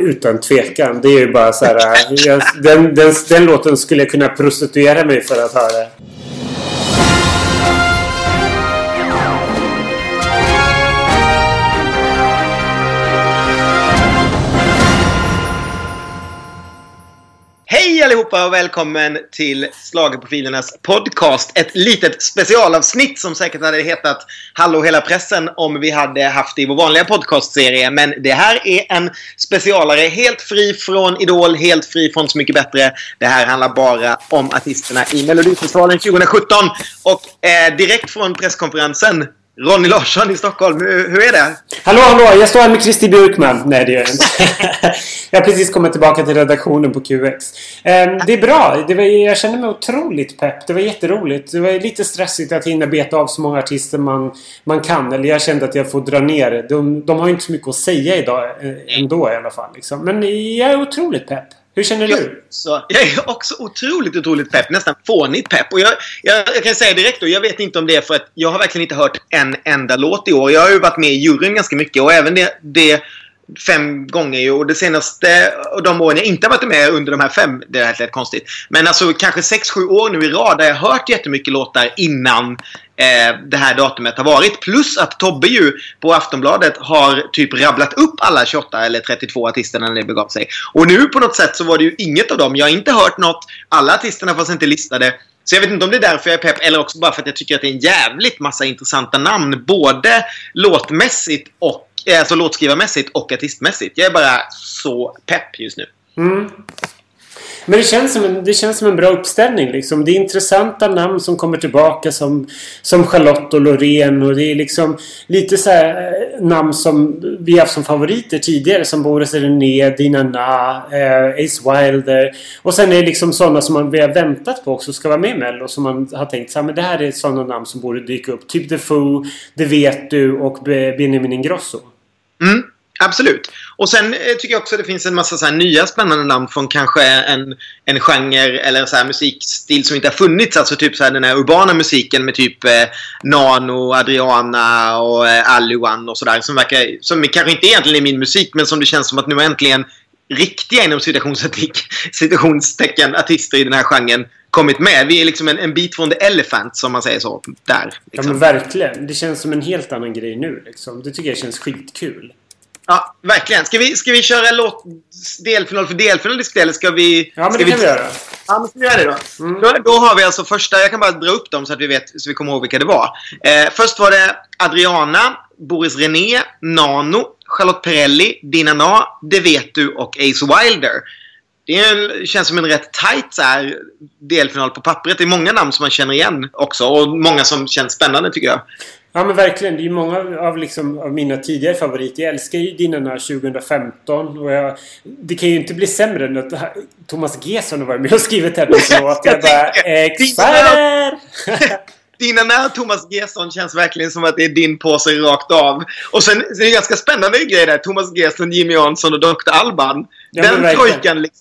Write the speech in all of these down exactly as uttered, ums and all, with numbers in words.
utan tvekan. Det är ju bara så här... jag, den, den, den låten skulle jag kunna prostituera mig för att höra. Hej allihopa och välkommen till Schlagerprofilernas podcast. Ett litet specialavsnitt som säkert hade hetat Hallå hela pressen om vi hade haft det i vår vanliga podcastserie. Men det här är en specialare, helt fri från Idol, helt fri från Så mycket bättre. Det här handlar bara om artisterna i Melodifestivalen tjugo sjutton. Och eh, direkt från presskonferensen, Ronny Larsson i Stockholm, hur, hur är det? Hallå, hallå, jag står här med Kristi Björkman. Nej, det gör jag inte. Jag har precis kommit tillbaka till redaktionen på Q X. Um, det är bra, det var, jag känner mig otroligt pepp. Det var jätteroligt. Det var lite stressigt att hinna beta av så många artister man, man kan. Eller jag kände att jag får dra ner. De, de har inte så mycket att säga idag ändå i alla fall. Liksom. Men jag är otroligt pepp. Hur känner du? Så, jag är också otroligt, otroligt pepp. Nästan fånigt pepp. Och jag, jag, jag kan säga direkt då, jag vet inte om det är för att jag har verkligen inte hört en enda låt i år. Jag har ju varit med i juryn ganska mycket. Och även det, det fem gånger ju. Och det senaste, och de åren jag inte har varit med under de här fem, det är helt konstigt. Men alltså kanske sex, sju år nu i rad där jag har hört jättemycket låtar innan eh, det här datumet har varit. Plus att Tobbe ju på Aftonbladet har typ rabblat upp alla tjugoåtta eller trettiotvå artisterna när det begav sig. Och nu på något sätt så var det ju inget av dem. Jag har inte hört något. Alla artisterna fanns inte listade. Så jag vet inte om det är därför jag är pepp eller också bara för att jag tycker att det är en jävligt massa intressanta namn. Både låtmässigt och alltså låtskrivarmässigt och artistmässigt. Jag är bara så pepp just nu. Mm. Men det känns som en, det känns som en bra uppställning liksom. Det är intressanta namn som kommer tillbaka som, som Charlotte och Loreen. Och det är liksom lite så här namn som vi har haft som favoriter tidigare. Som Boris René, Dina Na, eh, Ace Wilder. Och sen är det liksom sådana som man vi har väntat på också ska vara med i Mello. Som man har tänkt så här, men det här är sådana namn som borde dyka upp. Typ The Foo, Det vet du och Benjamin Ingrosso. Mm. Absolut. Och sen eh, tycker jag också att det finns en massa så här nya spännande namn från kanske en, en genre eller så här musikstil som inte har funnits. Alltså typ så här den här urbana musiken med typ eh, Nano, Adriana och eh, Aluan och sådär. Som verkar, som kanske inte egentligen är min musik men som det känns som att nu äntligen riktiga inom citationstecken artister i den här genren kommit med. Vi är liksom en, en bit från The Elephant som man säger så där. Liksom. Ja men verkligen. Det känns som en helt annan grej nu liksom. Det tycker jag känns skitkul. Ja, verkligen. Ska vi, ska vi köra låt delfinal för delfinal eller ska vi... Ja, men ska det vi, kan vi göra. Ja, men ska vi göra det då? Mm. då? Då har vi alltså första... Jag kan bara dra upp dem så att vi vet, så vi kommer ihåg vilka det var. Eh, först var det Adriana, Boris René, Nano, Charlotte Perrelli, Dina Na, Det vet du och Ace Wilder. Det är, känns som en rätt tight så här, delfinal på pappret. Det är många namn som man känner igen också. Och många som känns spännande tycker jag. Ja men verkligen, det är ju många av, liksom, av mina tidigare favoriter. Jag älskar ju Dina tjugo femton och jag, det kan ju inte bli sämre än att Thomas Gesson har varit med och skrivit hennes låt. Jag bara, expert! Dina när Thomas Gesson känns verkligen som att det är din påse rakt av. Och sen det är en ganska spännande grej där. Thomas Gesson, Jimmy Jansson och doktor Alban. Ja, den trojkan liksom.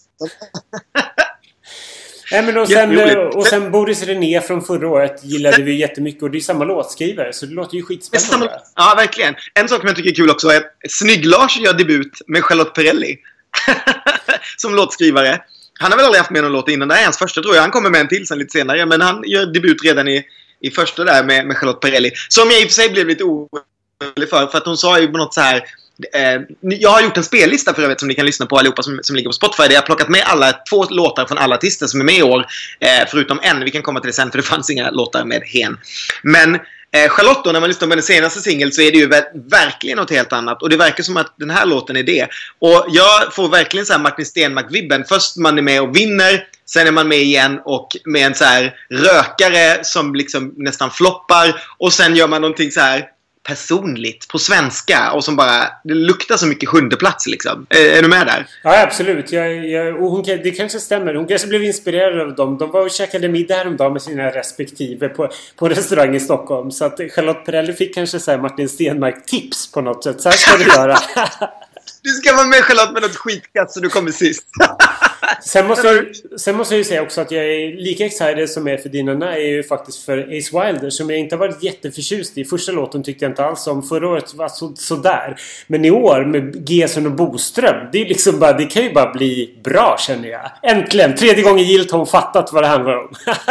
Nej, men och, sen, och sen Boris René från förra året gillade vi jättemycket. Och det är samma låtskrivare, så det låter ju skitspännande. Ja, verkligen. En sak som jag tycker är kul också är att Snygg-Lars gör debut med Charlotte Perrelli. Som låtskrivare. Han har väl aldrig haft med någon låt innan. Det är hans första tror jag. Han kommer med en till sen lite senare. Men han gör debut redan i, i första där med, med Charlotte Perrelli. Som jag i och för sig blev lite orolig för. För att hon sa ju på något så här... Eh, jag har gjort en spellista för övrigt som ni kan lyssna på allihopa som, som ligger på Spotify där jag har plockat med alla två låtar från alla artister som är med i år eh, förutom en, vi kan komma till det sen för det fanns inga låtar med hen. Men eh, Charlotte då, när man lyssnar på den senaste singel så är det ju ver- verkligen något helt annat och det verkar som att den här låten är det. Och jag får verkligen så här Martin Stenmarck-vibben. Först man är med och vinner, sen är man med igen och med en så här rökare som liksom nästan floppar och sen gör man någonting så här personligt på svenska och som bara det luktar så mycket sjunde plats liksom. Är, är du med där? Ja, absolut. Jag, jag, och hon, det kanske stämmer. Hon kanske blev inspirerad av dem. De var och käkade middag häromdagen med sina respektive på, på en restaurang i Stockholm. Så att Charlotte Perrelli fick kanske så här Martin Stenmarck-tips på något sätt. Så här ska du göra. Du ska vara med Charlotte med något skitkast så du kommer sist. Sen måste, jag, sen måste jag ju säga också att jag är lika excited som är för dina är ju faktiskt för Ace Wilder, som jag inte har varit jätteförtjust i. Första låten tyckte jag inte alls om. Förra året var så, sådär. Men i år med Gesson och Boström, det är liksom bara, det kan ju bara bli bra, känner jag. Äntligen! Tredje gången gillt har hon fattat vad det handlar om.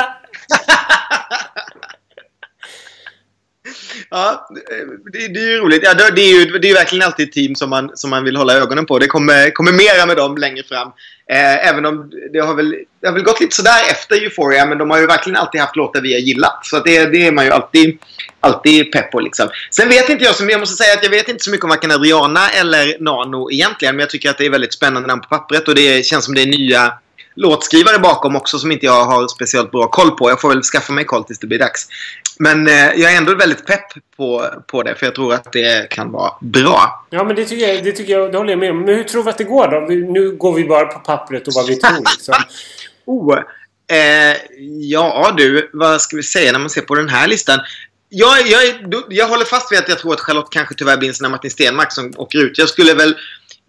Ja, det, det är ju roligt. Ja, det är ju det är ju verkligen alltid ett team som man, som man vill hålla ögonen på. Det kommer, kommer mera med dem längre fram. Eh, även om det har, väl, det har väl gått lite sådär efter Euphoria, men de har ju verkligen alltid haft låtar vi har gillat. Så att det, det är man ju alltid, alltid pepp på liksom. Sen vet inte jag, som jag måste säga att jag vet inte så mycket om varken Adriana eller Nano egentligen, men jag tycker att det är väldigt spännande namn på pappret och det känns som det är nya låtskrivare bakom också som inte jag har speciellt bra koll på. Jag får väl skaffa mig koll tills det blir dags. Men eh, jag är ändå väldigt pepp på, på det, för jag tror att det kan vara bra. Ja, men det tycker jag, det, tycker jag, det håller jag med om. Men hur tror vi att det går då? Vi, nu går vi bara på pappret och vad vi tror liksom. oh, eh, ja du, vad ska vi säga när man ser på den här listan? Jag, jag, jag håller fast vid att jag tror att Charlotte kanske tyvärr blir en sån här Martin Stenmark som åker ut. Jag skulle väl...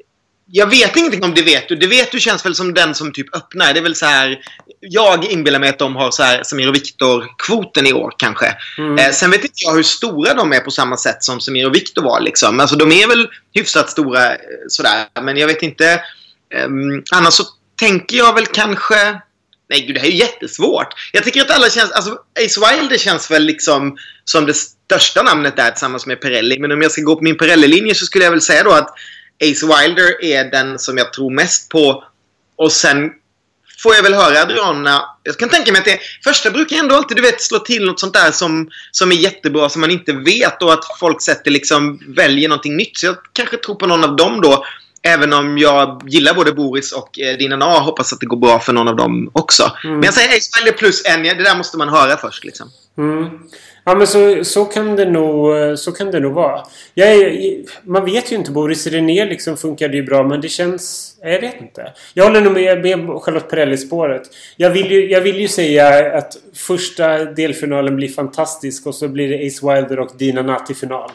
Jag vet ingenting om det vet du. Det vet du känns väl som den som typ öppnar. Det är väl så här... Jag inbillar mig att de har så här Samir och Viktor-kvoten i år kanske. Mm. Eh, sen vet inte jag hur stora de är på samma sätt som Samir och Viktor var liksom. Alltså de är väl hyfsat stora eh, sådär. Men jag vet inte... Eh, annars så tänker jag väl kanske... Nej gud, det här är ju jättesvårt. Jag tycker att alla känns... Alltså Ace Wilder känns väl liksom som det största namnet där tillsammans med Perrelli. Men om jag ska gå på min Perrelli-linje så skulle jag väl säga då att Ace Wilder är den som jag tror mest på. Och sen får jag väl höra Adriana. Jag kan tänka mig att det första brukar ändå alltid, du vet, slå till något sånt där som, som är jättebra, som man inte vet. Och att folk sätter liksom, väljer någonting nytt. Så jag kanske tror på någon av dem då. Även om jag gillar både Boris och eh, Dina Na, hoppas att det går bra för någon av dem också. Mm. Men jag säger Ace Wilder plus en, det där måste man höra först liksom. Mm. Ja, men så, så, kan det nog, så kan det nog vara. Jag är, man vet ju inte, Boris René liksom funkar det ju bra, men det känns... Jag vet inte. Jag håller nog med, med Charlotte Perrelli-spåret. Jag vill, ju, jag vill ju säga att första delfinalen blir fantastisk och så blir det Ace Wilder och Dina Nati final.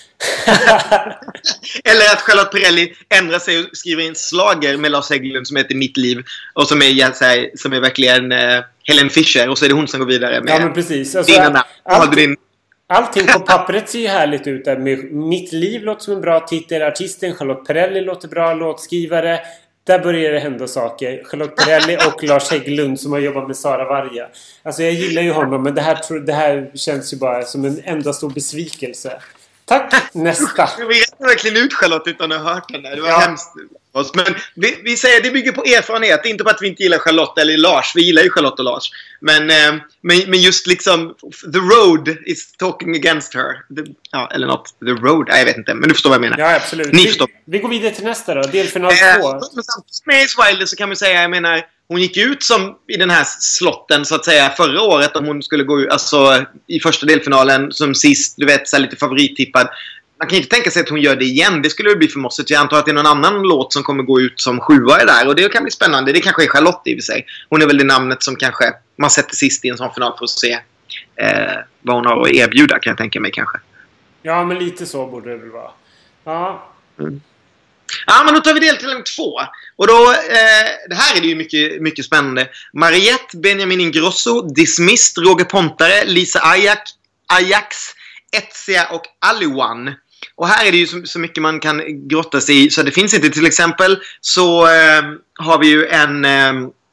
Eller att Charlotte Perrelli ändrar sig och skriver en slager med Lars Hägglund som heter Mitt liv och som är, här, som är verkligen uh, Helen Fischer, och så är det hon som går vidare med. Ja, men precis. Alltså, Dina Nati. Allt, allting på pappret ser ju härligt ut där. Med Mitt liv låter som en bra titel. Artisten Charlotte Perrelli låter bra. Låtskrivare. Där börjar det hända saker. Charlotte Perrelli och Lars Hägglund som har jobbat med Sara Varga. Alltså jag gillar ju honom, men det här, det här känns ju bara som en enda stor besvikelse. Tack, nästa. Vi räknar verkligen ut Charlotte utan att ha hört henne. Det var ja. hemskt. Men vi, vi säger det bygger på erfarenhet. Inte på att vi inte gillar Charlotte eller Lars. Vi gillar ju Charlotte och Lars. Men, eh, men, men just liksom the road is talking against her. The, ja, eller något. The road. Nej, jag vet inte. Men du förstår vad jag menar. Ja, absolut. Ni förstår. Vi, vi går vidare till nästa då. Delfinal eh, två. Med Ace Wilder så kan man säga, jag menar, hon gick ut som i den här slotten så att säga förra året, om hon skulle gå ut alltså, i första delfinalen som sist, du vet, så lite favorittippad. Man kan inte tänka sig att hon gör det igen. Det skulle bli för måste. Jag antar att det är någon annan låt som kommer gå ut som sjua där. Och det kan bli spännande. Det kanske är Charlotte i och för sig. Hon är väl det namnet som kanske man sätter sist i en sån final för att se eh, vad hon har att erbjuda, kan jag tänka mig kanske. Ja, men lite så borde det väl vara. Ja. Mm. Ja, men då tar vi del till två. Och då, eh, det här är det ju mycket, mycket spännande. Mariette, Benjamin Ingrosso, Dismissed, Roger Pontare, Lisa Ajax, Ajax, Etsia och Aliwan. Och här är det ju så, så mycket man kan grotta sig i. Så det finns inte, till exempel så eh, har vi ju en, eh,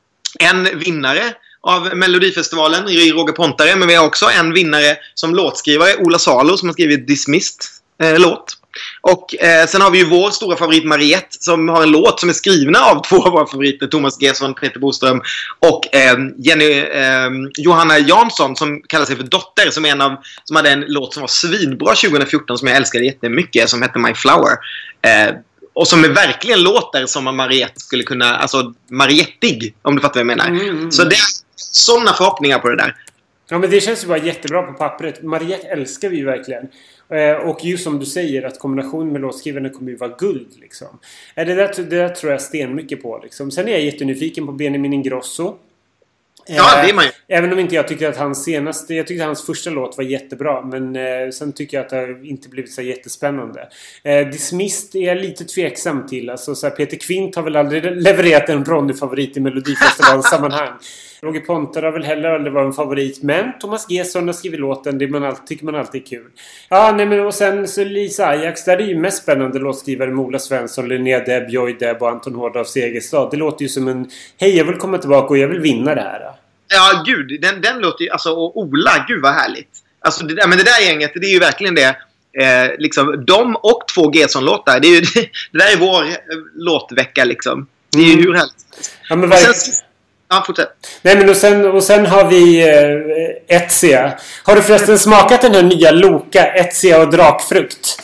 en vinnare av Melodifestivalen i Roger Pontare. Men vi har också en vinnare som låtskrivare, Ola Salo, som har skrivit Dismissed eh, låt. Och eh, sen har vi ju vår stora favorit Mariette som har en låt som är skrivna av två av våra favoriter, Thomas Gesson, Peter Boström och eh, Jenny eh, Johanna Jansson som kallar sig för Dotter, som är en av, som hade en låt som var svinbra tjugo fjorton som jag älskade jättemycket, som hette My Flower. Eh, och som är verkligen låter som en Mariette skulle kunna, alltså Mariettig, om du fattar vad jag menar. Mm, mm. Så det är sådana förhoppningar på det där. Ja, men det känns ju bara jättebra på pappret. Mariette älskar vi ju verkligen. Och just som du säger, att kombinationen med låtskrivarna kommer ju vara guld liksom. Det där, det där tror jag sten mycket på liksom. Sen är jag jättenyfiken på Benjamin Ingrosso. Ja, det är man ju. Även om inte jag tycker att hans senaste... Jag tyckte att hans första låt var jättebra. Men eh, sen tycker jag att det har inte blivit så jättespännande. Eh, Dismissed är jag lite tveksam till. Alltså, så här, Peter Kvint har väl aldrig levererat en Ronny-favorit i Melodifestivalens sammanhang. Roger Pontare har väl heller aldrig varit en favorit. Men Thomas Gesson har skrivit låten. Det man alltid, tycker man alltid är kul. Ja, nej, men och sen så Lisa Ajax. Där är ju mest spännande låtskrivare Mola Svensson, Linnea Deb, Joy Deb och Anton Hård av Segerstad. Det låter ju som en... Hej, jag vill komma tillbaka och jag vill vinna det här. Ja, gud. Den, den låter ju... Alltså, och Ola, gud vad härligt. Alltså, det, men det där gänget, det är ju verkligen det. Eh, liksom, de och två Gesson-låtar. Det, är ju, det, det där är vår eh, låtvecka, liksom. Det är ju hur härligt. Ja, men verkligen. Ja, fortsätt. Nej, men och sen, och sen har vi eh, Etsia. Har du förresten smakat den här nya Loka, Etsia och drakfrukt?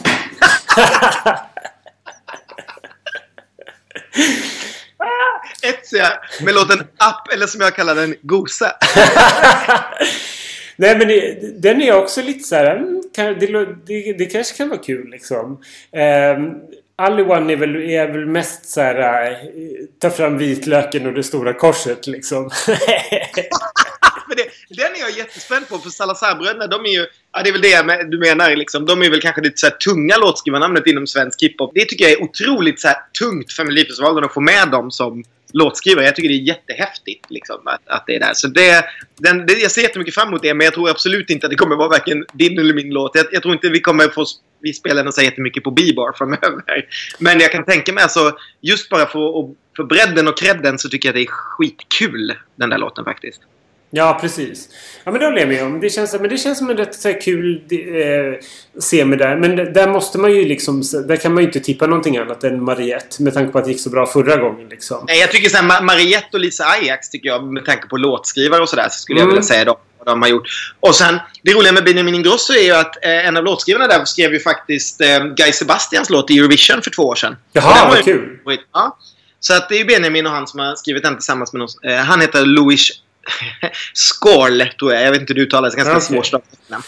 Etsia med låten Up, eller som jag kallar den, Gosa. Nej, men det, den är också lite så här... Kan, det, det, det kanske kan vara kul, liksom. Um, Alliwan är väl, är väl mest så här... Ta fram vitlöken och det stora korset, liksom. Men det, den är jag jättespänd på, för Salazar-bröderna, de är ju... Ja, det är väl det du menar, liksom. De är väl kanske lite så här tunga låtskrivarnamnet inom svensk hiphop. Det tycker jag är otroligt så här tungt för Melodifestivalen att få med dem som låtskrivare. Jag tycker det är jättehäftigt, liksom, att, att det är där. Så det, den, det, jag ser jättemycket fram emot det, men jag tror absolut inte att det kommer vara varken din eller min låt. Jag, jag tror inte vi kommer få vi spela den så jättemycket på B-bar framöver. Men jag kan tänka mig, alltså, just bara för, för bredden och credden så tycker jag att det är skitkul, den där låten faktiskt. Ja, precis. Ja, men det håller jag med om. Det känns, men det känns som en rätt så här kul eh, scen med det. Men där måste man ju liksom... Där kan man ju inte tippa någonting annat än Mariette. Med tanke på att det gick så bra förra gången, liksom. Nej, jag tycker så här, Mariette och Lisa Ajax, tycker jag, med tanke på låtskrivare och sådär, så skulle Mm. jag vilja säga då, vad de har gjort. Och sen, det roliga med Benjamin Ingrosso är ju att eh, en av låtskrivarna där skrev ju faktiskt eh, Guy Sebastians låt i Eurovision för två år sedan. Jaha, vad kul. Ja. Så att det är ju Benjamin och han som har skrivit den tillsammans med någon. Eh, han heter Louis Skorle, tror jag. Jag vet inte hur du uttalar det. Ganska Okay. svårstavat.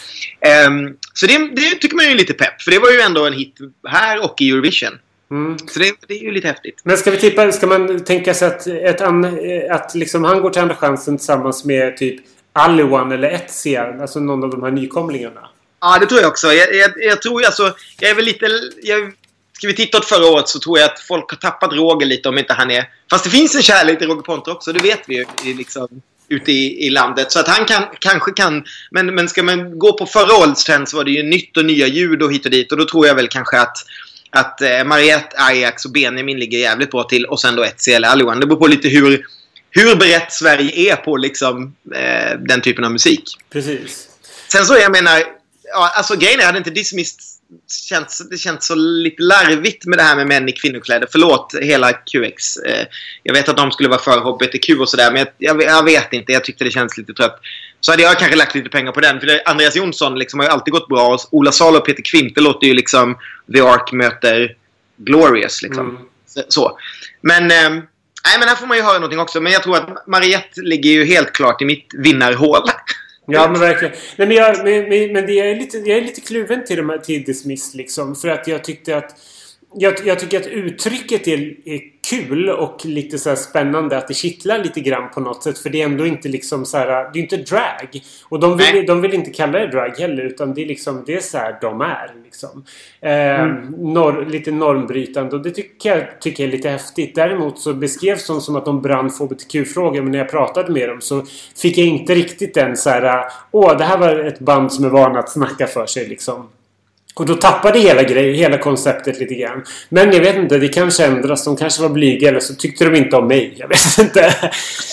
Um, så det, det tycker man ju lite pepp. För det var ju ändå en hit här och i Eurovision. Mm. Så det, det är ju lite häftigt. Men ska vi tippa... Ska man tänka sig att, ett an, att liksom han går till andra chansen tillsammans med typ Alliwan eller Etsia? Alltså någon av de här nykomlingarna. Ja, det tror jag också. Jag, jag, jag tror alltså... Jag är väl lite... Jag, ska vi titta åt förra året så tror jag att folk har tappat Roger lite om inte han är... Fast det finns en kärlek till Roger Pontare också. Det vet vi ju i, liksom, ute i, i landet. Så att han kan, kanske kan... Men, men ska man gå på förra årets trend så var det ju nytt och nya ljud och hit och dit. Och då tror jag väl kanske att... Att eh, Mariette, Ajax och Benjamin ligger jävligt bra till. Och sen då Etsia eller Alliwan. Det beror på lite hur... Hur berett Sverige är på liksom, eh, den typen av musik. Precis. Sen så, jag menar... Ja, alltså grejen är, hade inte Dismissed känts, det känns så lite larvigt med det här med män i kvinnokläder. Förlåt hela Q X. Eh, jag vet att de skulle vara för H B T Q och sådär, men jag, jag, jag vet inte. Jag tyckte det känns lite trött. Så hade jag kanske lagt lite pengar på den. För det, Andreas Jonsson liksom har ju alltid gått bra. Och Ola Salo och Peter Kvint, det låter ju liksom The Ark möter Glorious liksom. Mm. Så, så. Men... Eh, nej, men här får man ju höra någonting också. Men jag tror att Mariette ligger ju helt klart i mitt vinnarhål. Ja, men verkligen. Nej, men jag, men, men det är lite, jag är lite kluven till de här till Dismissed, liksom. För att jag tyckte att... Jag, jag tycker att uttrycket är, är kul och lite så här spännande. Att det kittlar lite grann på något sätt. För det är ändå inte liksom så här... Det är inte drag. Och de vill, de vill inte kalla det drag heller. Utan det är liksom... Det är så här de är, liksom. Eh, mm. norr, lite normbrytande. Och det tycker jag tycker jag är lite häftigt. Däremot så beskrevs de som att de brann för H B T Q-frågor. Men när jag pratade med dem så fick jag inte riktigt den så här... Åh, det här var ett band som är van att snacka för sig, liksom. Och då tappade hela grejen, hela konceptet lite grann. Men jag vet inte, det kanske ändras. De kanske var blyga, eller så tyckte de inte om mig. Jag vet inte.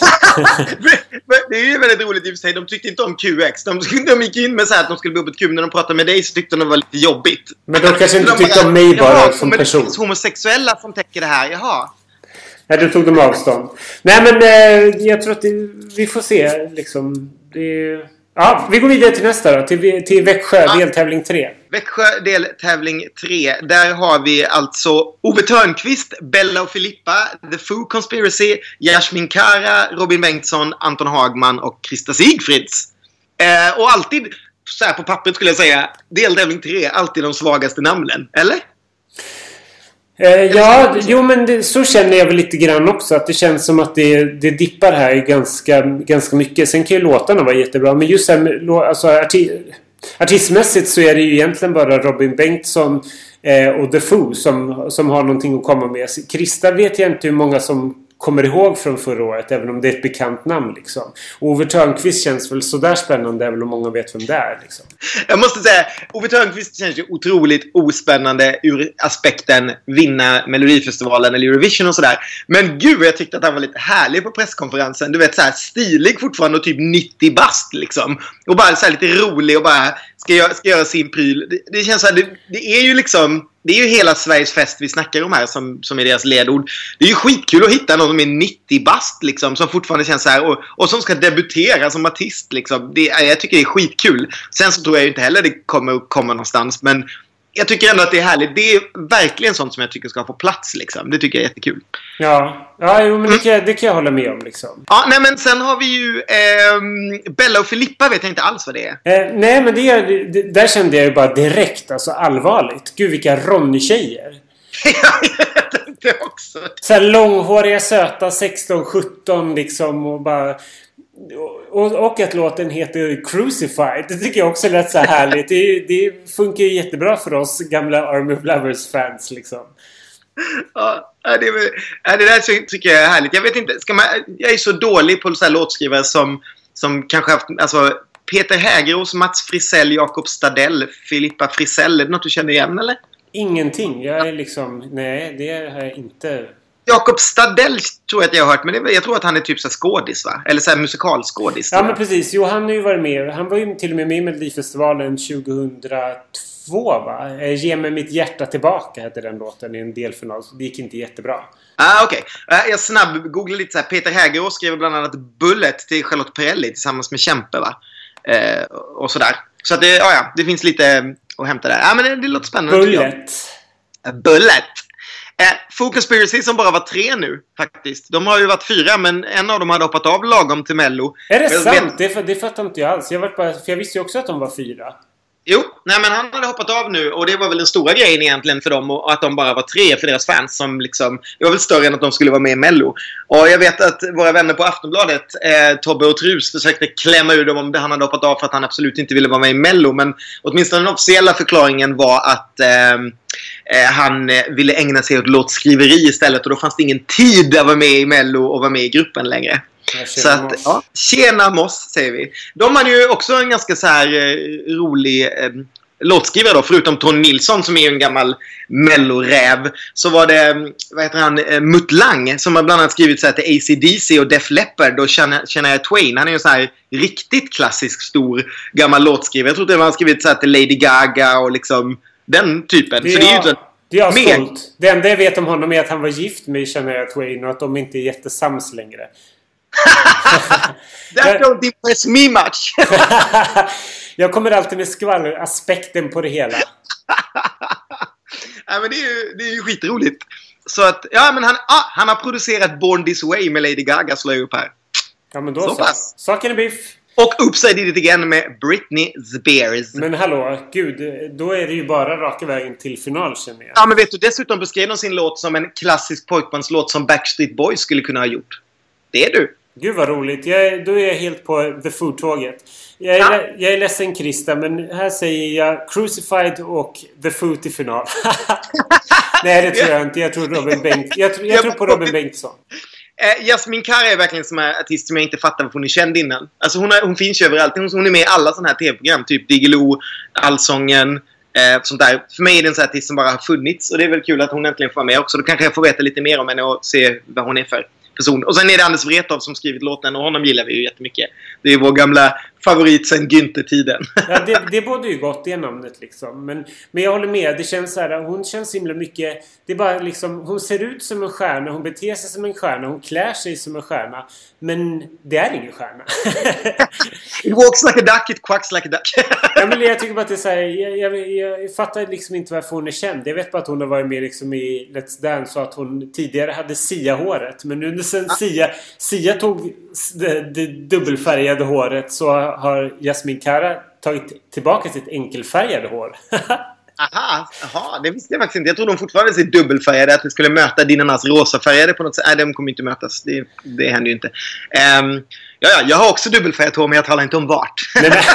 Det är ju väldigt roligt i och för sig. De tyckte inte om Q X. De, de gick in med så här att de skulle bli på ett Q. När de pratade med dig så tyckte de det var lite jobbigt. Men de kanske inte de tyckte bara, om mig bara jaha, som person. Det finns homosexuella som täcker det här, jaha. Nej, då tog de avstånd. Nej, men eh, jag tror att det, vi får se liksom. Det... Ja, vi går vidare till nästa då. Till, till Växjö, ja. Deltävling tre. Växjö, deltävling tre. Där har vi alltså Ove Törnqvist, Bella och Filippa, The Foo Conspiracy, Yasmin Kara, Robin Bengtsson, Anton Hagman och Krista Sigfrids. Eh, och alltid, så här på pappret skulle jag säga, deltävling tre, alltid de svagaste namnen, eller? Eh, ja, jo men det, så känner jag väl lite grann också. Att det känns som att det, det dippar här ganska, ganska mycket. Sen kan ju låtarna vara jättebra. Men just här, alltså arti, artistmässigt så är det ju egentligen bara Robin Bengtsson eh, och The Foo som, som har någonting att komma med. Krista vet jag inte hur många som kommer ihåg från förra året, även om det är ett bekant namn liksom. Ove Thörnqvist känns väl sådär spännande, även om många vet vem det är liksom. Jag måste säga, Ove Thörnqvist känns ju otroligt ospännande ur aspekten vinna Melodifestivalen eller Eurovision och sådär. Men gud, jag tyckte att han var lite härlig på presskonferensen. Du vet, så här stilig fortfarande och typ nittio bast liksom. Och bara så här lite rolig och bara ska göra, ska göra sin pryl. Det, det känns så här, det, det är ju liksom... Det är ju hela Sveriges fest vi snackar om här som, som är deras ledord. Det är ju skitkul att hitta någon som är nittio bast liksom, som fortfarande känns så här och, och som ska debutera som artist liksom. Det, jag tycker det är skitkul. Sen så tror jag ju inte heller det kommer att komma någonstans, men jag tycker ändå att det är härligt. Det är verkligen sånt som jag tycker ska få plats liksom. Det tycker jag är jättekul. Ja, ja jo, men det kan, det kan jag hålla med om liksom. Ja, nej men sen har vi ju eh, Bella och Filippa vet jag inte alls vad det är. Eh, nej, men det, det, där kände jag ju bara direkt, alltså allvarligt. Gud, vilka Ronny-tjejer. Jag tänkte också. Så här långhåriga, söta, sexton sjutton liksom och bara... Och, och att låten heter Crucified. Det tycker jag också är rätt så härligt. Det, det funkar ju jättebra för oss gamla Army of Lovers-fans liksom. Ja, det, det där tycker jag är härligt. Jag vet inte, ska man, jag är så dålig på så här låtskrivare som, som kanske haft, alltså Peter Hägerås, Mats Frisell, Jakob Stadell, Filippa Frisell. Är det något du känner igen eller? Ingenting. Jag är liksom, nej, det har jag inte... Jakob Stadell tror jag att jag har hört, men det, jag tror att han är typ så här skådis va? Eller så här musikalskådis. Ja men precis, jo han har ju varit med. Han var ju till och med med i Melodifestivalen tjugohundratvå va? Ge mig mitt hjärta tillbaka hette den låten i en delfinal. Det gick inte jättebra. Ah, okej. Okay. Jag snabb googlade lite så här. Peter Hägerås skrev bland annat Bullet till Charlotte Perrelli tillsammans med Kämpe va? Eh, och sådär. Så att det, ja, ja, det finns lite att hämta där. Ja men det, det låter spännande. Bullet. Bullet. Eh, Full Conspiracy som bara var tre nu faktiskt. De har ju varit fyra men en av dem hade hoppat av lagom till Mello. Är det jag sant? Vet... Det, det fattar inte jag alls. Jag, var bara, för jag visste ju också att de var fyra. Jo, nej men han hade hoppat av nu och det var väl den stora grejen egentligen för dem och att de bara var tre för deras fans som liksom, det var väl större än att de skulle vara med i Mello. Och jag vet att våra vänner på Aftonbladet, eh, Tobbe och Trus försökte klämma ur dem om det han hade hoppat av för att han absolut inte ville vara med i Mello, men åtminstone den officiella förklaringen var att eh, eh, han ville ägna sig åt låtskriveri istället och då fanns det ingen tid att vara med i Mello och vara med i gruppen längre. Så att, ja, tjena Moss säger vi. De hade ju också en ganska så här eh, rolig eh, låtskrivare då, förutom Tony Nilsson som är en gammal melloräv. Så var det, vad heter han, eh, Mutt Lang som har bland annat skrivit så här till A C D C och Def Leppard och Shania Twain. Han är ju en så här riktigt klassisk stor gammal låtskrivare. Jag tror att han har skrivit så här till Lady Gaga och liksom den typen. Det är, så det är ju inte det är stolt. Det enda jag vet om honom är att han var gift med Shania Twain och att de inte är jättesams längre. That don't impress me much. Jag kommer alltid med skvalleraspekten på det hela. Ja, men det är ju, det är ju skitroligt. Så att, ja men han, ah, han har producerat Born This Way med Lady Gaga, slår jag upp här. Ja men då så. så. Saken är biff. Och Upside Did It Again med Britney Spears. Men hallå, gud, då är det ju bara raka vägen till final känner jag. Ja men vet du, dessutom beskrev de sin låt som en klassisk pojkbandslåt som Backstreet Boys skulle kunna ha gjort. Det är du. Gud vad roligt. Jag, då är jag helt på The Food-tåget. Jag är, ja. jag är ledsen Krista, men här säger jag Crucified och The Food i final. Nej, det tror jag inte. Jag tror, Robin Bengt, jag tror, jag tror på Robin Bengtsson. Eh, Jasmin Kara är verkligen som en artist som jag inte fattar varför hon är känd innan. Alltså hon, är, hon finns ju överallt. Hon, hon är med i alla sådana här tv-program. Typ Diggiloo, Allsången, eh, sånt där. För mig är det en sån här artist som bara har funnits. Och det är väl kul att hon äntligen får vara med också. Då kanske jag får veta lite mer om henne och se vad hon är för person. Och sen är det Anders Wrethov som skrivit låten och honom gillar vi ju jättemycket. Det är vår gamla favorit sen Günther-tiden. Ja, det, det borde ju gott det namnet liksom. Men, men jag håller med, det känns så här, hon känns himla mycket, det är bara liksom, hon ser ut som en stjärna, hon beter sig som en stjärna, hon klär sig som en stjärna. Men det är ingen stjärna. It walks like a duck, it quacks like a duck. Ja, men jag tycker bara att det är så här, jag, jag, jag fattar liksom inte varför hon är känd. Jag vet bara att hon har varit med liksom i Let's Dance så att hon tidigare hade Sia-håret. Men nu sen ja. Sia, Sia tog det, det dubbelfärgade håret så har Jasmin Kara tagit tillbaka sitt enkelfärgade hår. Aha, aha, det visste jag faktiskt inte. Jag trodde de fortfarande ser dubbelfärgade, att det skulle möta Dinarnas rosafärgade på något sätt. Nej, de kommer inte mötas. Det, det händer ju inte. Um, ja, ja, jag har också dubbelfärgat hår, men jag talar inte om vart. Nej, men,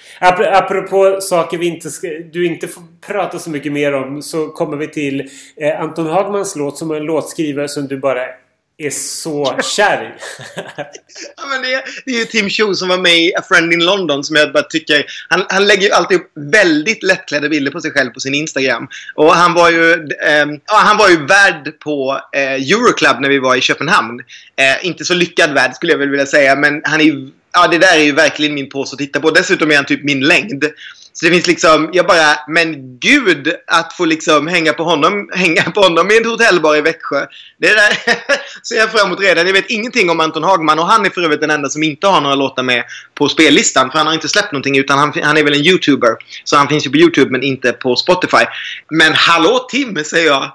apropå saker vi inte ska, du inte får prata så mycket mer om, så kommer vi till eh, Anton Hagmans låt, som är en låtskrivare som du bara är så kär. Ja, men det, det är ju Tim Cho som var med i A Friend in London, som jag bara tycker, han, han lägger ju alltid upp väldigt lättklädda bilder på sig själv på sin Instagram. Och han var ju eh, ja, han var ju värd på eh, Euroclub när vi var i Köpenhamn. Eh, inte så lyckad värd skulle jag väl vilja säga, men han är ju, ja, det där är ju verkligen min påse att titta på. Dessutom är han typ min längd. Så det finns liksom, jag bara, men gud, att få liksom hänga på honom, hänga på honom i en hotellbar i Växjö. Det är där ser jag fram emot redan. Jag vet ingenting om Anton Hagman, och han är för övrigt den enda som inte har några låtar med på spellistan. För han har inte släppt någonting, utan han, han är väl en YouTuber. Så han finns ju på YouTube men inte på Spotify. Men hallå Tim, säger jag.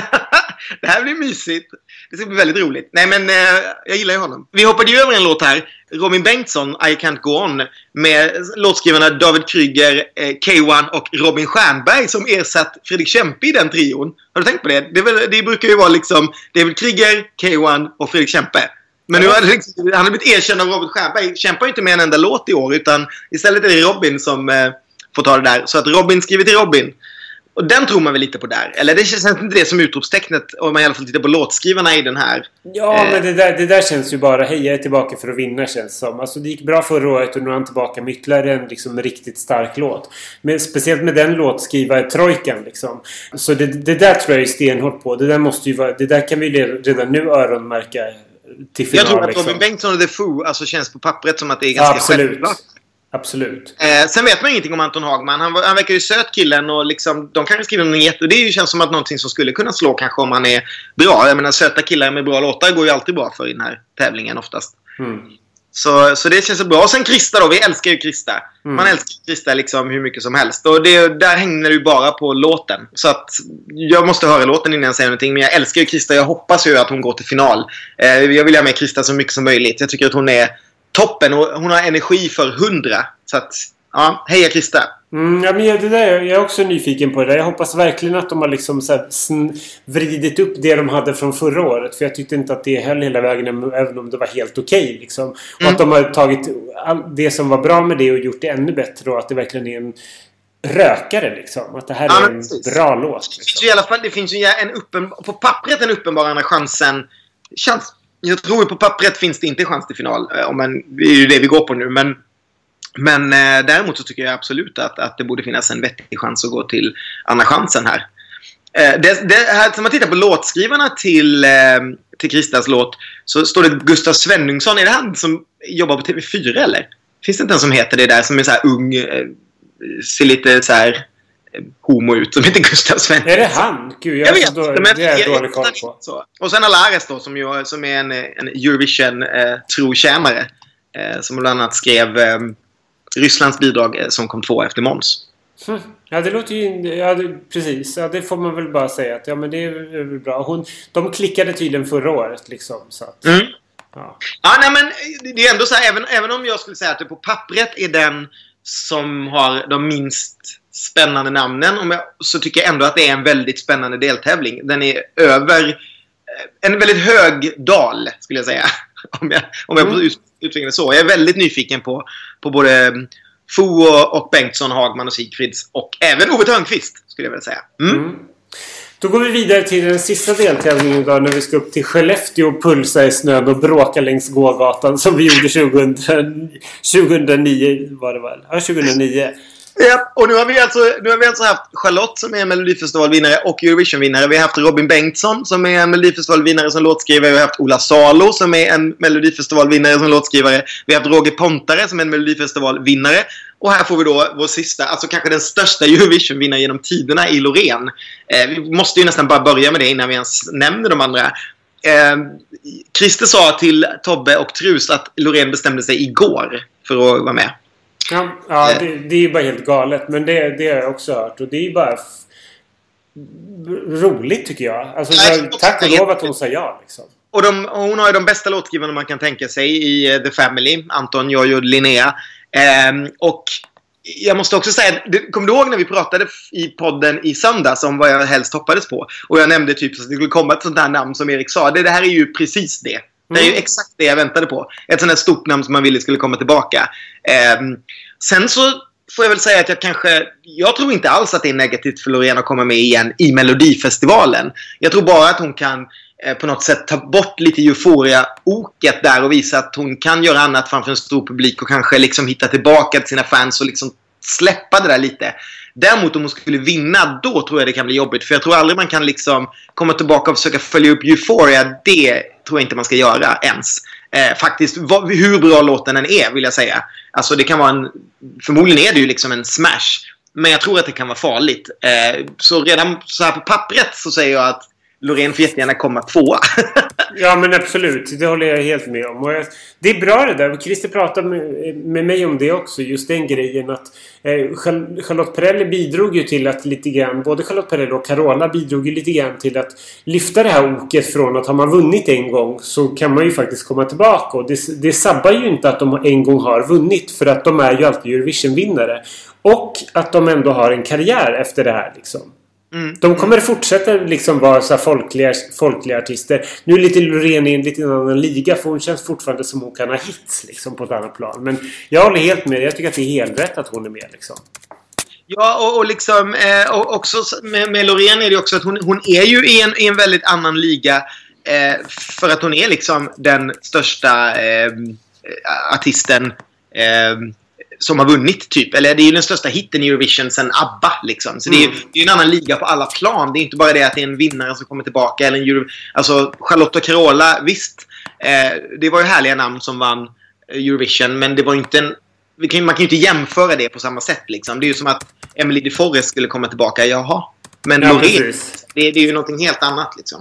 Det här blir mysigt. Det ska bli väldigt roligt. Nej, men eh, jag gillar ju honom. Vi hoppade ju över en låt här. Robin Bengtsson, I Can't Go On. Med låtskrivarna David Kryger, eh, K ett och Robin Stjernberg som ersatt Fredrik Kempe i den trion. Har du tänkt på det? Det, är väl, det brukar ju vara liksom David Kryger, K ett och Fredrik Kempe. Men nu har det liksom, han har blivit erkänd av Robin Stjernberg. Kempe har inte med en enda låt i år, utan istället är det Robin som eh, får ta det där. Så att Robin skriver till Robin. Och den tror man väl lite på där. Eller det känns inte det som utropstecknet, om man i alla fall tittar på låtskrivarna i den här. Ja, eh. men det där, det där känns ju bara, hej, jag är tillbaka för att vinna, känns som. Alltså det gick bra förra året och nu är han tillbaka med ytterligare en liksom riktigt stark låt. Men speciellt med den låtskrivare trojkan liksom. Så det, det där tror jag är stenhårt på. Det där måste ju vara, det där kan vi redan nu öronmärka till final. Jag tror att liksom. Robin Bengtsson och The Foo alltså känns på pappret som att det är ganska absolut. Självklart. Absolut. Eh, sen vet man ingenting om Anton Hagman. Han, han verkar ju söt killen, och liksom, de kan ju skriva något jätte... Och det känns som att någonting som skulle kunna slå kanske om han är bra. Jag menar, söta killar med bra låtar går ju alltid bra för i den här tävlingen oftast. Mm. Så, så det känns så bra. Och sen Krista då, vi älskar ju Krista. Mm. Man älskar Krista liksom hur mycket som helst. Och det, där hänger ju bara på låten. Så att jag måste höra låten innan jag säger någonting. Men jag älskar ju Krista, jag hoppas ju att hon går till final. eh, Jag vill ha med Krista så mycket som möjligt. Jag tycker att hon är toppen, och hon har energi för hundra. Så att, ja, heja Krista. Mm, ja, men det där, jag är också nyfiken på det där. Jag hoppas verkligen att de har liksom så här sn- vridit upp det de hade från förra året. För jag tyckte inte att det höll hela vägen, även om det var helt okej okay, liksom. Och mm. att de har tagit all, det som var bra med det och gjort det ännu bättre. Och att det verkligen är en rökare liksom. Att det här ja, är en precis. Bra låt. Liksom. Det finns ju i alla fall, det finns ju en uppen, på pappret en uppenbarande chansen. Chans, jag tror på pappret finns det inte chans till final. Men det är ju det vi går på nu. Men Men eh, däremot så tycker jag absolut att, att det borde finnas en vettig chans att gå till andra chansen här. Eh, det, det här som man tittar på låtskrivarna till, eh, till Kristas låt, så står det Gustav Svenningsson. Är det han som jobbar på T V fyra eller? Finns det inte en som heter det där, som är så här ung, eh, ser lite så här eh, homo ut, som heter Gustav Svenningsson? Är det han? Gud, jag, jag vet, då, men det är jag dålig koll på. Så. Och sen Alares då, som, ju, som är en, en Eurovision-trotjänare, eh, eh, som bland annat skrev eh, Rysslands bidrag som kom två efter Måns. Hmm. Ja, det låter ju... Ja, det, precis. Ja, det får man väl bara säga att ja, men det är väl bra. Hon, de klickade tydligen förra året liksom. Så att, mm. ja. ja, nej men det är ändå så här, även, även om jag skulle säga att det på pappret är den som har de minst spännande namnen, om jag, så tycker jag ändå att det är en väldigt spännande deltävling. Den är över en väldigt hög dal, skulle jag säga. Om jag, om jag mm. utvecklar det så. Jag är väldigt nyfiken på, på både Fo och Bengtsson, Hagman och Sigfrids. Och även Ove Törnqvist, skulle jag vilja säga. Mm. Mm. Då går vi vidare till den sista deltävlingen idag, när vi ska upp till Skellefteå och pulsa i snön och bråka längs gågatan, som vi gjorde tjugohundranio var det väl? Ja, tjugohundranio. Ja, och nu har vi alltså, nu har vi alltså haft Charlotte som är en Melodifestivalvinnare och Eurovision-vinnare. Vi har haft Robin Bengtsson som är en Melodifestivalvinnare som låtskrivare. Vi har haft Ola Salo som är en Melodifestivalvinnare som låtskrivare. Vi har haft Roger Pontare som är en Melodifestivalvinnare. Och här får vi då vår sista, alltså kanske den största Eurovision-vinnare genom tiderna i Loreen. Eh, vi måste ju nästan bara börja med det innan vi ens nämner de andra. Eh, Christer sa till Tobbe och Trus att Loreen bestämde sig igår för att vara med. Ja, ja det, det är ju bara helt galet. Men det, det har jag också hört. Och det är ju bara f- roligt tycker jag. Alltså, Nej, tack och lov att hon sa ja liksom. Och de, hon har ju de bästa låtskrivarna man kan tänka sig i uh, The Family. Anton, Jojo, Linnea. Um, och jag måste också säga, kommer du ihåg när vi pratade i podden i söndags om vad jag helst hoppades på? Och jag nämnde typ att det skulle komma ett sånt här namn som Erik sa. Det, det här är ju precis det. Det är ju exakt det jag väntade på. Ett sånt här stort namn som man ville skulle komma tillbaka. Eh, sen så får jag väl säga att jag kanske... Jag tror inte alls att det är negativt för Loreen att komma med igen i Melodifestivalen. Jag tror bara att hon kan eh, på något sätt ta bort lite euforia-oket där och visa att hon kan göra annat framför en stor publik och kanske liksom hitta tillbaka till sina fans och liksom släppa det där lite. Däremot om hon skulle vinna, då tror jag det kan bli jobbigt. För jag tror aldrig man kan liksom komma tillbaka och försöka följa upp Euphoria. Det tror jag inte man ska göra ens. Eh, faktiskt, vad, hur bra låten än är, vill jag säga. Alltså det kan vara en... Förmodligen är det ju liksom en smash. Men jag tror att det kan vara farligt. Eh, så redan så här på pappret så säger jag att Loreen får jättegärna komma tvåa. Ja, men absolut. Det håller jag helt med om. Och jag, det är bra det där. Christer pratade med, med mig om det också. Just den grejen att eh, Charlotte Perrelli bidrog ju till att lite grann, både Charlotte Perrelli och Carola bidrog ju lite grann till att lyfta det här oket från att har man vunnit en gång så kan man ju faktiskt komma tillbaka. Och det, det sabbar ju inte att de en gång har vunnit, för att de är ju alltid Eurovision-vinnare. Och att de ändå har en karriär efter det här liksom. Mm. De kommer fortsätta liksom vara så här folkliga, folkliga artister. Nu är lite Loreen i en lite annan liga, för hon känns fortfarande som hon kan ha hits liksom, på ett annat plan. Men jag håller helt med. Jag tycker att det är helt rätt att hon är med liksom. Ja, och, och liksom eh, och också med, med Loreen är det också att hon, hon är ju i en, i en väldigt annan liga eh, för att hon är liksom den största eh, artisten eh, som har vunnit typ. Eller det är ju den största hitten i Eurovision sen ABBA liksom. Så mm. det är ju en annan liga på alla plan. Det är inte bara det att det är en vinnare som kommer tillbaka eller en Euro... Alltså Charlotte och Carola, visst. Eh, det var ju härliga namn som vann Eurovision, men det var inte en... Vi kan, man kan ju inte jämföra det på samma sätt liksom. Det är ju som att Emily de Forest skulle komma tillbaka. Jaha. Men ja, Loreen, det, det är ju någonting helt annat liksom.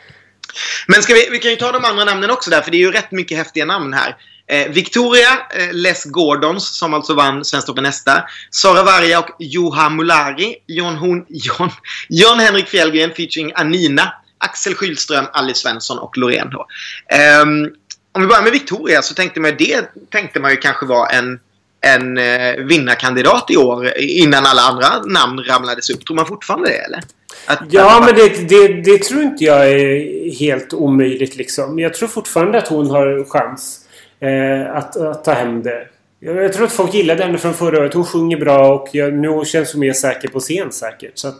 Men ska vi, vi kan ju ta de andra namnen också där, för det är ju rätt mycket häftiga namn här. Eh, Victoria eh, Les Gordons, som alltså vann Svensk Toppen nästa. Sara Varga och Joha Mulari. John, Hon, John, John Henrik Fjällgren featuring Anina. Axel Skylström, Alice Svensson och Loreen då. Eh, om vi börjar med Victoria så tänkte man det tänkte man ju kanske var en, en eh, vinnarkandidat i år innan alla andra namn ramlades upp. Tror man fortfarande det eller? Att, ja, att... men det, det, det tror inte jag är helt omöjligt liksom. Jag tror fortfarande att hon har chans eh, att, att ta hem det. Jag, jag tror att folk gillade henne från förra året. Hon sjunger bra och jag, nu känns hon mer säker på scen säkert. Så att...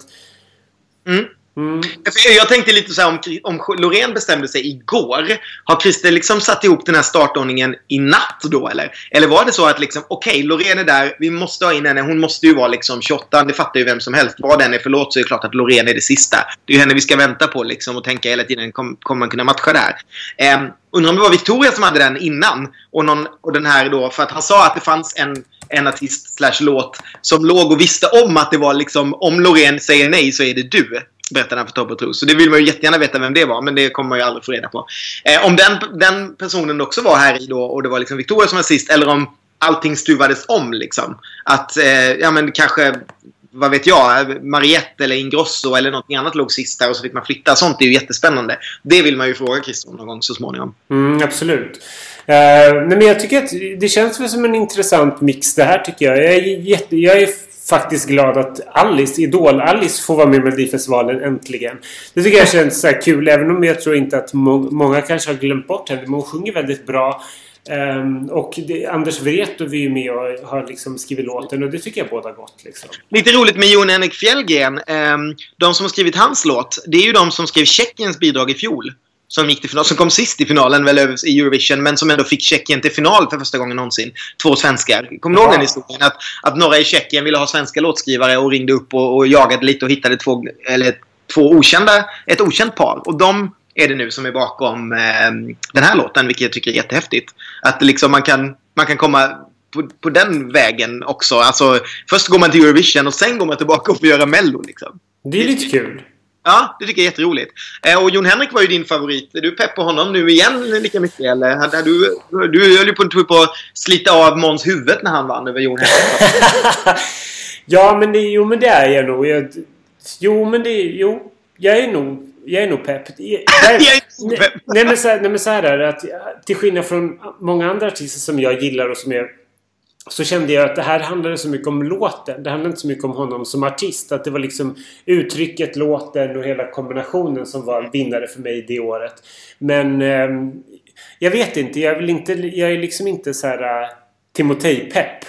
Mm. Mm. Jag tänkte lite så här, om, om Loreen bestämde sig igår, har Christer liksom satt ihop den här startordningen i natt då eller? Eller var det så att liksom, okej, okay, Loreen är där, vi måste ha in henne, hon måste ju vara liksom tjugoåtta, det fattar ju vem som helst. Vad den är för låt så är det klart att Loreen är det sista. Det är ju henne vi ska vänta på liksom och tänka hela tiden, kommer kom man kunna matcha där? Um, undrar om det var Victoria som hade den innan och, någon, och den här då, för att han sa att det fanns en en artist slash låt som låg och visste om att det var liksom, om Loreen säger nej så är det du, berättade han för Tobbe Tro. Så det vill man ju jättegärna veta vem det var, men det kommer man ju aldrig få reda på. Eh, om den, den personen också var här i då och det var liksom Victoria som var sist, eller om allting stuvades om liksom. Att, eh, ja men kanske, vad vet jag, Mariette eller Ingrosso eller något annat låg sist där och så fick man flytta. Sånt är ju jättespännande. Det vill man ju fråga Christian någon gång så småningom. Mm, absolut. Uh, men jag tycker att det känns väl som en intressant mix det här tycker jag. Jag är, jätte, jag är faktiskt glad att Alice, Idol Alice får vara med i Melodifestivalen äntligen. Det tycker jag känns så här kul, även om jag tror inte att må- många kanske har glömt bort henne. Men hon sjunger väldigt bra. Um, och det, Anders Wreth är ju med och har liksom skrivit låten och det tycker jag båda gott liksom. Lite roligt med Jon Henrik Fjällgren. Um, de som har skrivit hans låt, det är ju de som skrev Tjeckiens bidrag i fjol. Som gick till final, som kom sist i finalen väl i Eurovision, men som ändå fick Tjeckien till final för första gången någonsin. Två svenskar. Kommer du ihåg den historien? Att, att några i Tjeckien ville ha svenska låtskrivare och ringde upp och, och jagade lite och hittade två, eller två okända, ett okänt par. Och de är det nu som är bakom eh, den här låten, vilket jag tycker är jättehäftigt. Att liksom man kan, man kan komma på, på den vägen också. Alltså, först går man till Eurovision och sen går man tillbaka och får göra Mello liksom. Det är lite kul. Ja, det tycker jag är jätteroligt. Eh, och Jon Henrik var ju din favorit. Är du pepp på honom nu igen lika mycket? Eller hade du, du höll ju på, på att slita av Måns huvudet när han vann över Jon Henrik. Ja, men det, jo, men det är jag nog. Jag, jo, men det jo, jag är nog jag är nog pepp. Jag, jag är, pepp. Nej, men så här, nej, men så här är det att till skillnad från många andra artister som jag gillar och som jag så kände jag att det här handlade så mycket om låten. Det handlade inte så mycket om honom som artist. Att det var liksom uttrycket, låten och hela kombinationen som var vinnare för mig det året. Men eh, jag vet inte. Jag vill inte, jag är liksom inte så här uh, Timotej-pepp.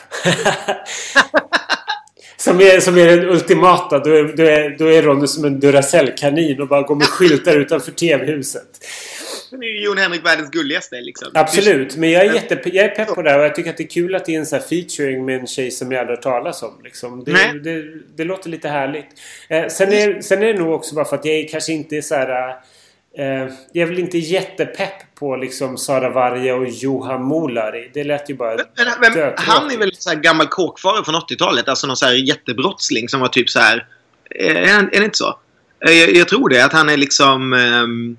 Som är, som är den ultimata. Då är, då är, då är Ronny som en Duracell-kanin och bara går med skyltar utanför tv-huset. Det är ju Jon Henrik världens gulligaste liksom. Absolut, men jag är, jätte, jag är pepp på det här och jag tycker att det är kul att det är en sån här featuring med en tjej som jag aldrig har talas om. Liksom. Det, det, det låter lite härligt. Eh, sen, är, sen är det nog också bara för att jag är, kanske inte är så här... Eh, jag är väl inte jättepepp på liksom Sara Varje och Johan Molari. Det lät ju bara... Men, men, han är väl så här gammal kåkfare från åttiotalet. Alltså någon så här jättebrottsling som var typ så här... Är, är det inte så? Jag, jag tror det, att han är liksom... Um,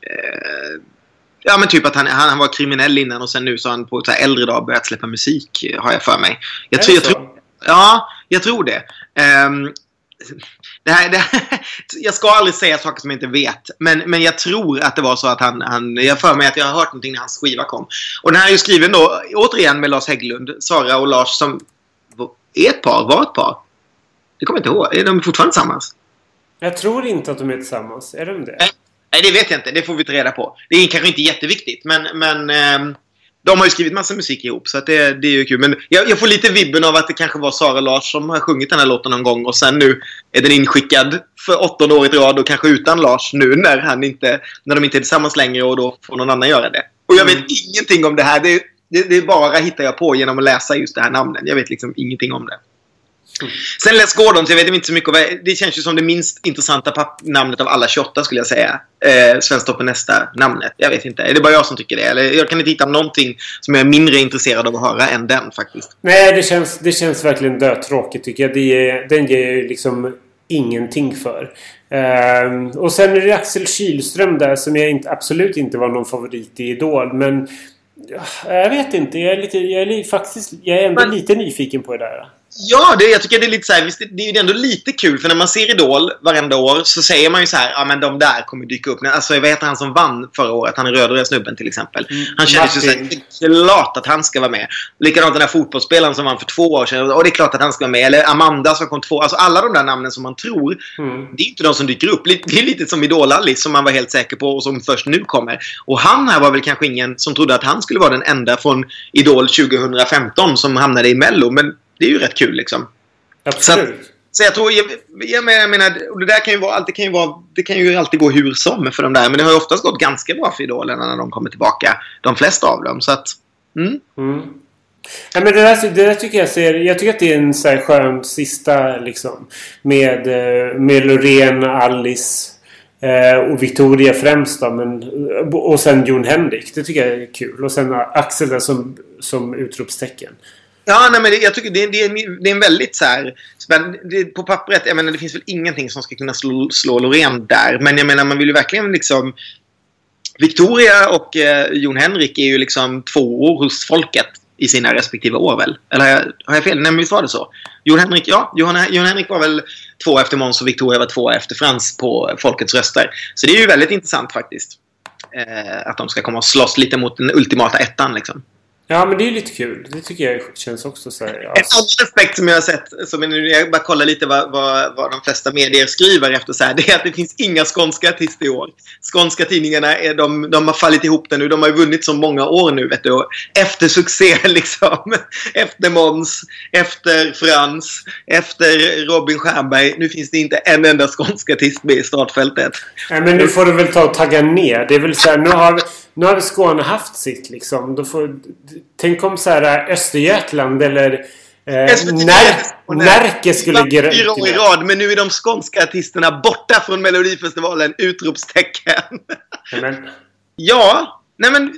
uh, ja, men typ att han, han var kriminell innan och sen nu så har han på så här äldre dag börjat släppa musik, har jag för mig. Jag tror, jag tror, ja, jag tror det. Um, det, här, det här, jag ska aldrig säga saker som jag inte vet, men, men jag tror att det var så att han, han jag för mig att jag har hört någonting när hans skiva kom. Och den här är ju skriven då, återigen med Lars Hägglund, Sara och Lars som är ett par, var ett par. Det kommer jag inte ihåg. Är de fortfarande tillsammans? Jag tror inte att de är tillsammans. Är de det? Nej, det vet jag inte. Det får vi ta reda på. Det är kanske inte jätteviktigt, men, men eh, de har ju skrivit massa musik ihop, så att det, det är ju kul. Men jag, jag får lite vibben av att det kanske var Sara Lars som har sjungit den här låten någon gång och sen nu är den inskickad för åttonde året i rad och kanske utan Lars nu när, han inte, när de inte är tillsammans längre och då får någon annan göra det. Och jag vet mm. ingenting om det här. Det, det, det bara hittar jag på genom att läsa just det här namnen. Jag vet liksom ingenting om det. Mm. Sen Les Gordon, så jag vet inte så mycket om det. Det känns ju som det minst intressanta namnet av alla tjugoåtta skulle jag säga. eh, Svensktoppen nästa namnet. Jag vet inte, är det bara jag som tycker det? Eller jag kan inte hitta någonting som jag är mindre intresserad av att höra än den faktiskt. Nej, det känns, det känns verkligen dötråkigt tycker jag. Det är, den ger ju liksom ingenting för. um, Och sen är det Axel Kylström där som jag inte, absolut inte var någon favorit i Idol. Men jag vet inte, jag är, lite, jag är, faktiskt, jag är ändå men... lite nyfiken på det där. Ja, det, jag tycker det är lite så här, det är ju ändå lite kul för när man ser Idol varenda år så säger man ju så här, ja men de där kommer dyka upp. Alltså vad heter han som vann förra året? Han är rödröda snubben till exempel. Mm, han känns ju så här, det är klart att han ska vara med. Likadant den där fotbollsspelaren som vann för två år sedan, och det är klart att han ska vara med. Eller Amanda som kom två, alltså alla de där namnen som man tror, mm. det är inte de som dyker upp. Det är lite som Idol-Alice som man var helt säker på och som först nu kommer. Och han här var väl kanske ingen som trodde att han skulle vara den enda från Idol tjugohundrafemton som hamnade i Mello, men det är ju rätt kul liksom. Absolut. Så, så jag tror, jag, jag menar, det där kan ju vara, det kan ju vara, det kan ju alltid gå hur som för de där, men det har ju oftast gått ganska bra för idolerna när de kommer tillbaka, de flesta av dem, så att mm. Mm. Ja, men det där, det där tycker jag ser, jag tycker att det är en så här skön sista liksom, med, med Loreen, Alice och Victoria främst då, men, och sen Jon Henrik, det tycker jag är kul, och sen Axel där som, som utropstecken. Ja, nej, men det, jag tycker det, det, är, det är en väldigt så här det, på pappret, jag menar det finns väl ingenting som ska kunna slå, slå Loreen där, men jag menar man vill ju verkligen liksom Victoria och eh, Jon Henrik är ju liksom två år hos folket i sina respektive år väl, eller har jag, har jag fel? Nej, men visst var det så. Jon Henrik, ja, Jon, Jon Henrik var väl två efter Måns och Victoria var två efter Frans på folkets röster, så det är ju väldigt intressant faktiskt eh, att de ska komma och slåss lite mot den ultimata ettan liksom. Ja, men det är lite kul. Det tycker jag känns också så här. Ja. En annan aspekt som jag har sett, som nu jag bara kollar lite vad, vad, vad de flesta medier skriver efter så här, det är att det finns inga skånska artister i år. Skånska tidningarna, är, de, de har fallit ihop där nu. De har ju vunnit så många år nu, vet du. Efter succé liksom. Efter Måns, efter Frans, efter Robin Stjernberg. Nu finns det inte en enda skånska artist med i startfältet. Nej, men nu får du väl ta och tagga ner. Det är väl så här, nu har vi... Nu har Skåne haft sitt liksom. Då får, tänk om så här Östergötland eller eh, När, Närke skulle göra fyra år i rad, men nu är de skånska artisterna borta från Melodifestivalen. Utropstecken. Amen. Ja, nej men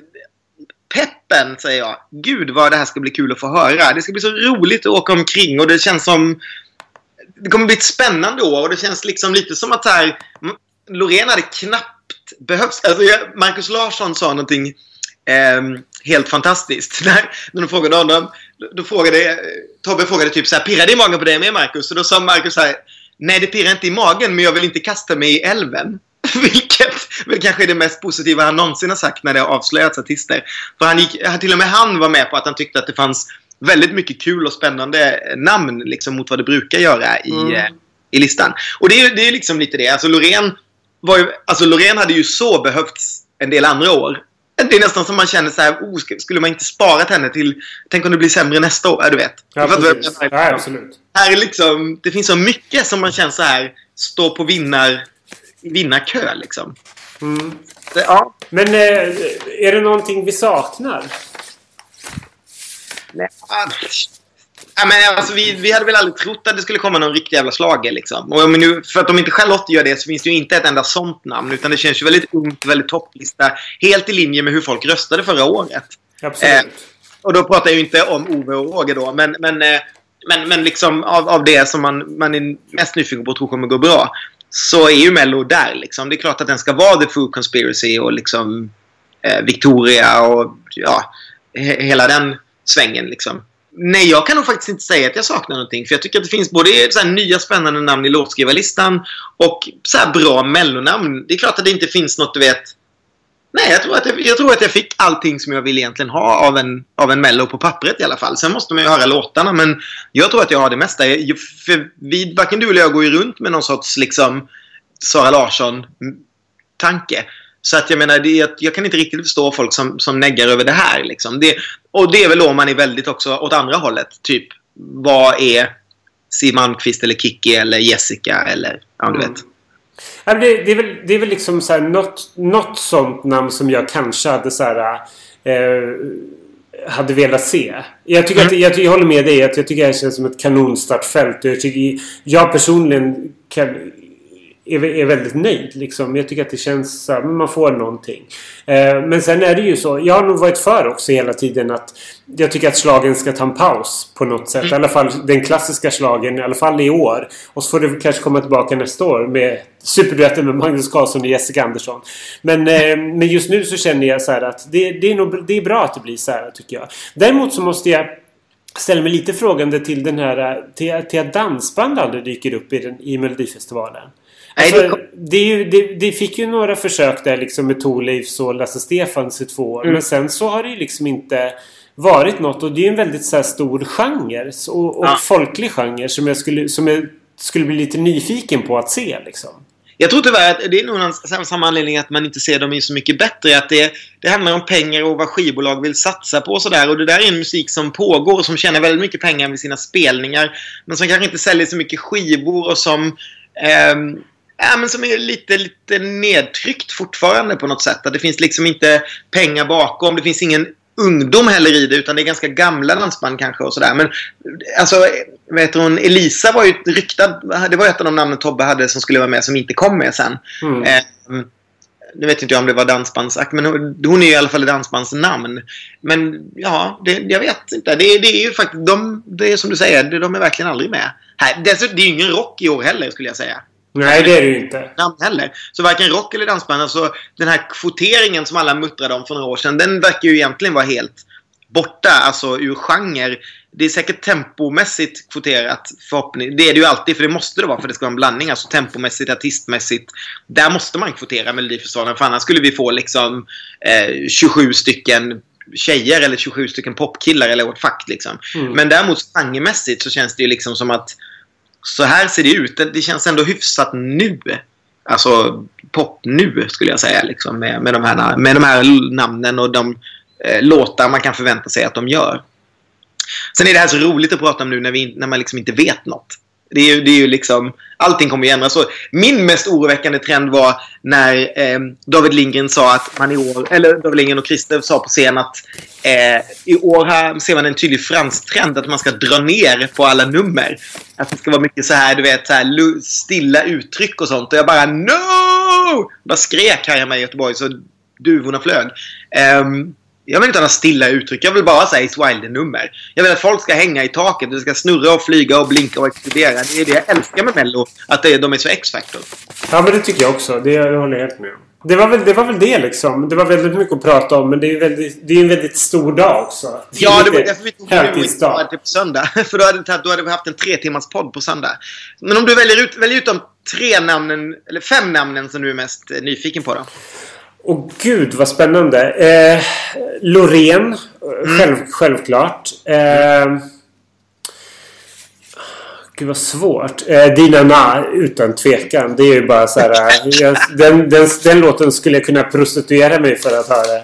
peppen säger jag. Gud vad det här ska bli kul att få höra. Det ska bli så roligt att åka omkring och det känns som det kommer bli ett spännande år och det känns liksom lite som att här Loreen hade knappt behövs. Alltså jag, Marcus Larsson sa någonting eh, helt fantastiskt. När, när de frågade honom, då, då frågade Tobbe frågade typ så här, pirrar det i magen på dig med Marcus? Och då sa Marcus så här, nej det pirrar inte i magen, men jag vill inte kasta mig i älven. Vilket väl kanske är det mest positiva han någonsin har sagt när det har avslöjats artister. För han gick, till och med han var med på att han tyckte att det fanns väldigt mycket kul och spännande namn liksom, mot vad det brukar göra i, mm. eh, i listan. Och det är, det är liksom lite det. Alltså Loreen, var ju, alltså Loreen hade ju så behövts en del andra år. Det är nästan som man känner så här, oh, skulle man inte sparat henne till, tänk om det blir sämre nästa år, ja, du vet. Ja, precis. Ja, absolut. Här är liksom, det finns så mycket som man känner så här, står på vinnar, vinnarkö liksom. Mm. Det, ja. Men eh, är det någonting vi saknar? Nej. Ja, men alltså, vi, vi hade väl aldrig trott att det skulle komma någon riktig jävla slager liksom. Och nu, för att om inte Charlotte gör det så finns det ju inte ett enda sånt namn. Utan det känns ju väldigt ungt, väldigt topplista. Helt i linje med hur folk röstade förra året. Absolut. Eh, och då pratar jag ju inte om Ove och Roger då. Men, men, eh, men, men liksom av, av det som man, man är mest nyfiken på och tror kommer gå bra. Så är ju Mello där liksom. Det är klart att den ska vara The Food Conspiracy och liksom eh, Victoria och ja, he, hela den svängen liksom. Nej, jag kan nog faktiskt inte säga att jag saknar någonting. För jag tycker att det finns både så här nya spännande namn i låtskrivarlistan och så här bra mellonamn. Det är klart att det inte finns något, du vet. Nej, jag tror att jag, jag, tror att jag fick allting som jag vill egentligen ha av en, av en mello på pappret i alla fall. Sen måste man ju höra låtarna, men jag tror att jag har det mesta. Jag, för vi, varken du eller jag går ju runt med någon sorts liksom Sara Larsson-tanke. Så att jag menar, det, jag, jag kan inte riktigt förstå folk som, som neggar över det här. Liksom. Det, och det är väl då man är väldigt också åt andra hållet. Typ, vad är Siw Malmkvist eller Kiki eller Jessica eller, ja du vet. Mm. Ja, det, det, är väl, det är väl liksom så här, något, något sånt namn som jag kanske hade så här, eh, hade velat se. Jag, tycker mm. att, jag, jag håller med dig att jag tycker att det känns som ett kanonstartfält. Jag, tycker, jag personligen kan... Är, är väldigt nöjd liksom. Jag tycker att det känns så här, man får någonting. Eh, men sen är det ju så, jag har nog varit för också hela tiden att jag tycker att slagen ska ta en paus på något sätt. Mm. I alla fall den klassiska slagen, i alla fall i år. Och så får det kanske komma tillbaka nästa år med superduetten med Magnus Carlsson och Jessica Andersson. Men, eh, men just nu så känner jag så här att det, det, är nog, det är bra att det blir så här, tycker jag. Däremot så måste jag ställa mig lite frågande till den här till, till att dansband aldrig dyker upp i, den, i Melodifestivalen. Alltså, det, är ju, det, det fick ju några försök där liksom med Thorleifs och Lasse Stefans i två år. Mm. Men sen så har det ju liksom inte varit något. Och det är ju en väldigt så här stor genre och, och ja. folklig genre som jag, skulle, som jag skulle bli lite nyfiken på att se liksom. Jag tror tyvärr att det är nog samma anledning att man inte ser dem i så mycket bättre. Att det, det handlar om pengar och vad skivbolag vill satsa på och sådär. Och det där är en musik som pågår och som tjänar väldigt mycket pengar med sina spelningar. Men som kanske inte säljer så mycket skivor och som... Ehm, Ja, men som är lite, lite nedtryckt fortfarande på något sätt. Att det finns liksom inte pengar bakom. Det finns ingen ungdom heller i det. Utan det är ganska gamla dansband kanske och sådär. Men alltså, vet hon, Elisa var ju ryktad. Det var ett av de namnen Tobbe hade som skulle vara med som inte kom med sen. Mm. Eh, nu vet inte jag om det var dansbandsakt. Men hon, hon är ju i alla fall ett dansbandsnamn. Men ja, det, jag vet inte. Det, det är ju faktiskt, de, det är som du säger, de är verkligen aldrig med. Här, det, det är ju ingen rock i år heller skulle jag säga. Nej, det är det ju inte. Heller. Så varken rock eller dansband, alltså den här kvoteringen som alla muttrade om för några år sedan, den verkar ju egentligen vara helt borta, alltså ur genre. Det är säkert tempomässigt kvoterat förhoppning. Det är det ju alltid, för det måste det vara för det ska vara en blandning, alltså tempomässigt, artistmässigt. Där måste man kvotera Melodifestivalen, för annars skulle vi få liksom eh, tjugosju stycken tjejer eller tjugosju stycken popkillar eller what fuck liksom. Mm. Men däremot genremässigt så känns det ju liksom som att så här ser det ut. Det känns ändå hyfsat nu. Alltså pop nu skulle jag säga liksom, med, med, de här, med de här namnen och de eh, låtar man kan förvänta sig att de gör. Sen är det här så roligt att prata om nu när, vi, när man liksom inte vet något. Det är ju, det är ju liksom, allting kommer ju ändras. Så min mest oroväckande trend var när eh, David Lindgren sa att man i år, eller David Lindgren och Christer sa på scen att eh, i år här ser man en tydlig fransk trend att man ska dra ner på alla nummer. Att det ska vara mycket så här, du vet, så här stilla uttryck och sånt. Och jag bara, no! Bara skrek här hemma i Göteborg så duvorna flög. Um, Jag vill inte ha några stilla uttryck. Jag vill bara säga Ace Wilder-nummer. Jag vill att folk ska hänga i taket. Det ska snurra och flyga och blinka och explodera. Det är det jag älskar med Mello. Att det, de är så X-Factor. Ja, men det tycker jag också. Det håller jag helt med om. Det var, väl, det var väl det liksom. Det var väldigt mycket att prata om. Men det är, väldigt, det är en väldigt stor dag också. Det ja, det var därför vi tog det på söndag. För då hade, då hade vi haft en tre timmars podd på söndag. Men om du väljer ut, väljer ut de tre namnen, eller fem namnen som du är mest nyfiken på då. Åh gud vad spännande. Eh, Loreen Mm. Själv, självklart. Eh, Gud vad svårt. Eh, Dina Na, utan tvekan. Det är ju bara så här. jag, den, den, den låten skulle jag kunna prostituera mig för att höra.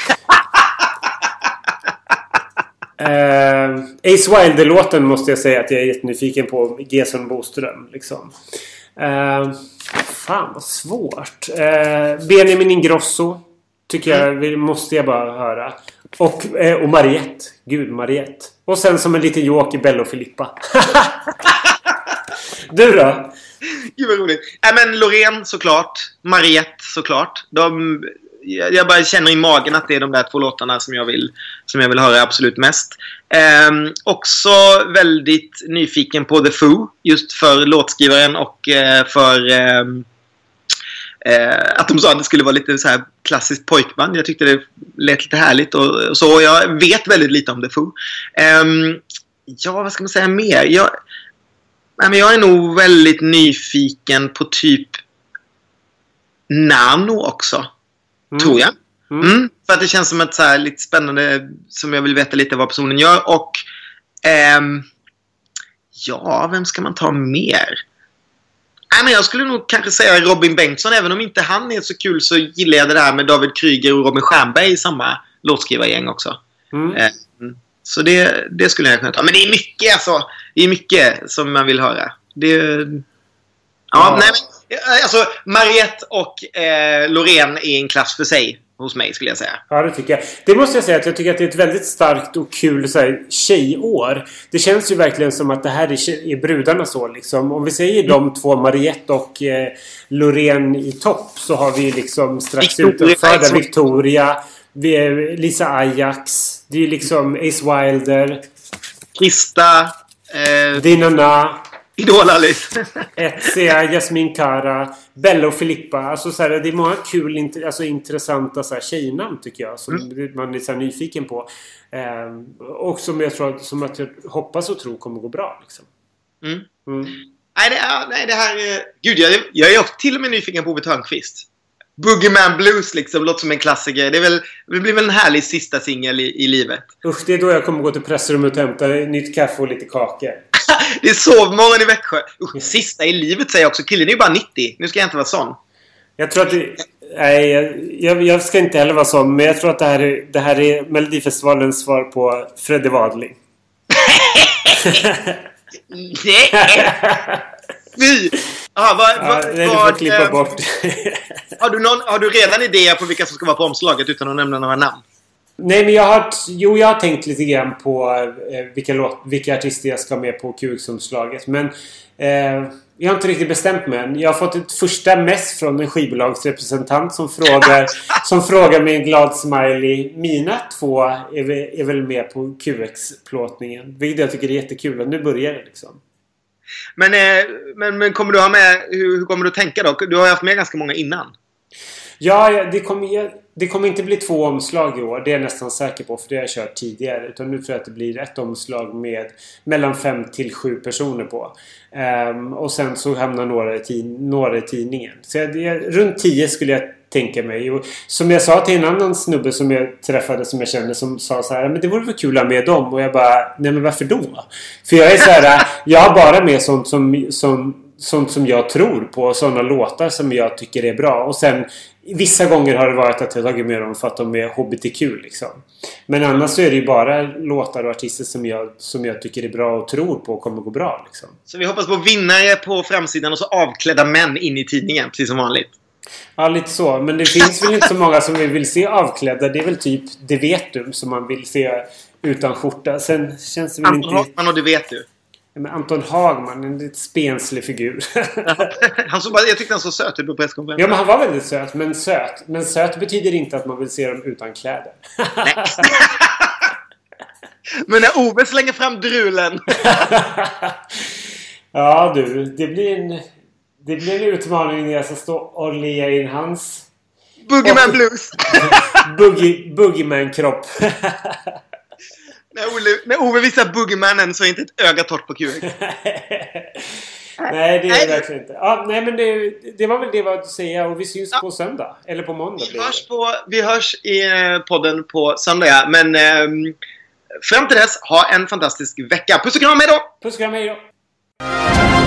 Eh, Ace Wilder-låten måste jag säga att jag är jättenyfiken på. Gesson Boström liksom. Eh, fan vad svårt. Eh, Benjamin Ingrosso tycker jag mm. måste jag bara höra. Och, eh, och Mariette. Gud, Mariette. Och sen som en liten joker Bello Filippa. Du då? Gud vad roligt. Äh, men Loreen såklart. Mariette såklart. De, jag bara känner i magen att det är de där två låtarna som jag vill, som jag vill höra absolut mest. Eh, också väldigt nyfiken på The Foo. Just för låtskrivaren och eh, för... Eh, Eh, att de sa att det skulle vara lite så här klassiskt pojkband. Jag tyckte det lät lite härligt och, och så. Jag vet väldigt lite om The Foo. Eh, ja, vad ska man säga mer? Jag, nej, men jag är nog väldigt nyfiken på typ Nano också. Mm. Tror jag. Mm. Mm, för att det känns som ett så här lite spännande som jag vill veta lite vad personen gör. Och ehm, ja, vem ska man ta mer? Nej, men jag skulle nog kanske säga Robin Bengtsson. Även om inte han är så kul så gillar jag det där med David Kryger och Robin Stjernberg i samma låtskrivargäng också. Mm. Eh, så det, det skulle jag kunna ta. Men det är mycket alltså. Det är mycket som man vill höra. Det ja, ja. Nej, men, alltså Mariette och eh, Loreen är en klass för sig hos mig skulle jag säga. Ja, det tycker jag. Det måste jag säga att jag tycker att det är ett väldigt starkt och kul så här, tjejår. Det känns ju verkligen som att det här är, tjej, är brudarnas år liksom. Om vi säger mm. de två, Mariette och eh, Loreen i topp, så har vi liksom strax utanför där Victoria, vi är Lisa Ajax, det är liksom Ace Wilder, Krista, eh, Dina Na, Idol-Alice. Etsia, Jasmin Kara, Bello Filippa. Alltså så här, det är många kul, alltså intressanta så här tjejnamn tycker jag. Som mm. man är så här nyfiken på. Eh, och som jag tror, som att jag hoppas och tror kommer gå bra. Liksom. Mm. Mm. Nej, det, är, nej, det här är... Gud, jag, jag är till och med nyfiken på Ove Thörnqvist. Boogeyman Blues liksom, låter som en klassiker. Det, är väl, det blir väl en härlig sista singel i, i livet. Usch, det är då jag kommer gå till pressrummet och hämta nytt kaffe och lite kakor. Det är sovmorgon i Växjö. Usch, sista i livet säger jag också. Killen är ju bara nittio. Nu ska jag inte vara sån. Jag tror att det, nej, jag, jag ska inte heller vara sån. Men jag tror att det här är, det här är Melodifestivalens svar på Freddie Wadling. Nej. Fy. Ah, va, va, ja, nej, du får klippa äh, bort. har, du någon, har du redan idéer på vilka som ska vara på omslaget utan att nämna några namn? Nej, men jag har, jo, jag har tänkt lite grann på eh, vilka, låt, vilka artister jag ska ha med på Q X-omslaget. Men eh, jag har inte riktigt bestämt mig än. Jag har fått ett första mess från en skivbolagsrepresentant som frågar, som frågar med en glad smiley. Mina två är, är väl med på Q X-plåtningen. Vilket jag tycker är jättekul. Och nu börjar det liksom. Men, eh, men, men kommer du ha med, hur, hur kommer du tänka då? Du har ju haft med ganska många innan. Ja, det kommer, det kommer inte bli två omslag i år. Det är jag nästan säker på, för det har jag kört tidigare. Utan nu tror jag att det blir ett omslag med mellan fem till sju personer på. Um, och sen så hamnar några i, tid, några i tidningen. Så jag, det, runt tio skulle jag tänka mig. Och som jag sa till en annan snubbe som jag träffade, som jag kände, som sa så här: men det vore väl kul att ha med dem. Och jag bara, nej men varför då? För jag är så här, jag har bara med sånt som... som sånt som jag tror på, sådana låtar som jag tycker är bra. Och sen vissa gånger har det varit att jag tagit med dem för att de är H B T Q liksom. Men annars så är det ju bara låtar och artister som jag, som jag tycker är bra och tror på och kommer gå bra liksom. Så vi hoppas på vinnare på framsidan och så avklädda män in i tidningen, precis som vanligt. Ja, lite så. Men det finns väl inte så många som vi vill se avklädda. Det är väl typ Det vet du som man vill se utan skjorta. Sen känns det väl Anton inte... Hagman och Det vet du. Men Anton Hagman, en lite spenslig figur. han så bara, jag tyckte han så söt ut på presskonferensen. Ja, men han var väldigt söt, men söt. Men söt betyder inte att man vill se dem utan kläder. Nej. Men när Ove slänger fram drulen. Ja, du. Det blir en, det blir en utmaning när jag ska stå och le in hans... Boogeyman Blues. Boogie, Boogeyman-kropp. När, Ole, när Ove visar Boogeymannen så är inte ett öga torrt på Q X. Nej, det är Nej. det verkligen inte. Ja, nej, men det, det var väl det vad att säga. Och vi syns Ja. på söndag. Eller på måndag Vi blir det. hörs, på, vi hörs i eh, podden på söndag, ja. Men ehm, fram till dess, ha en fantastisk vecka. Puss och kram, hej då! Puss och kram, hej då!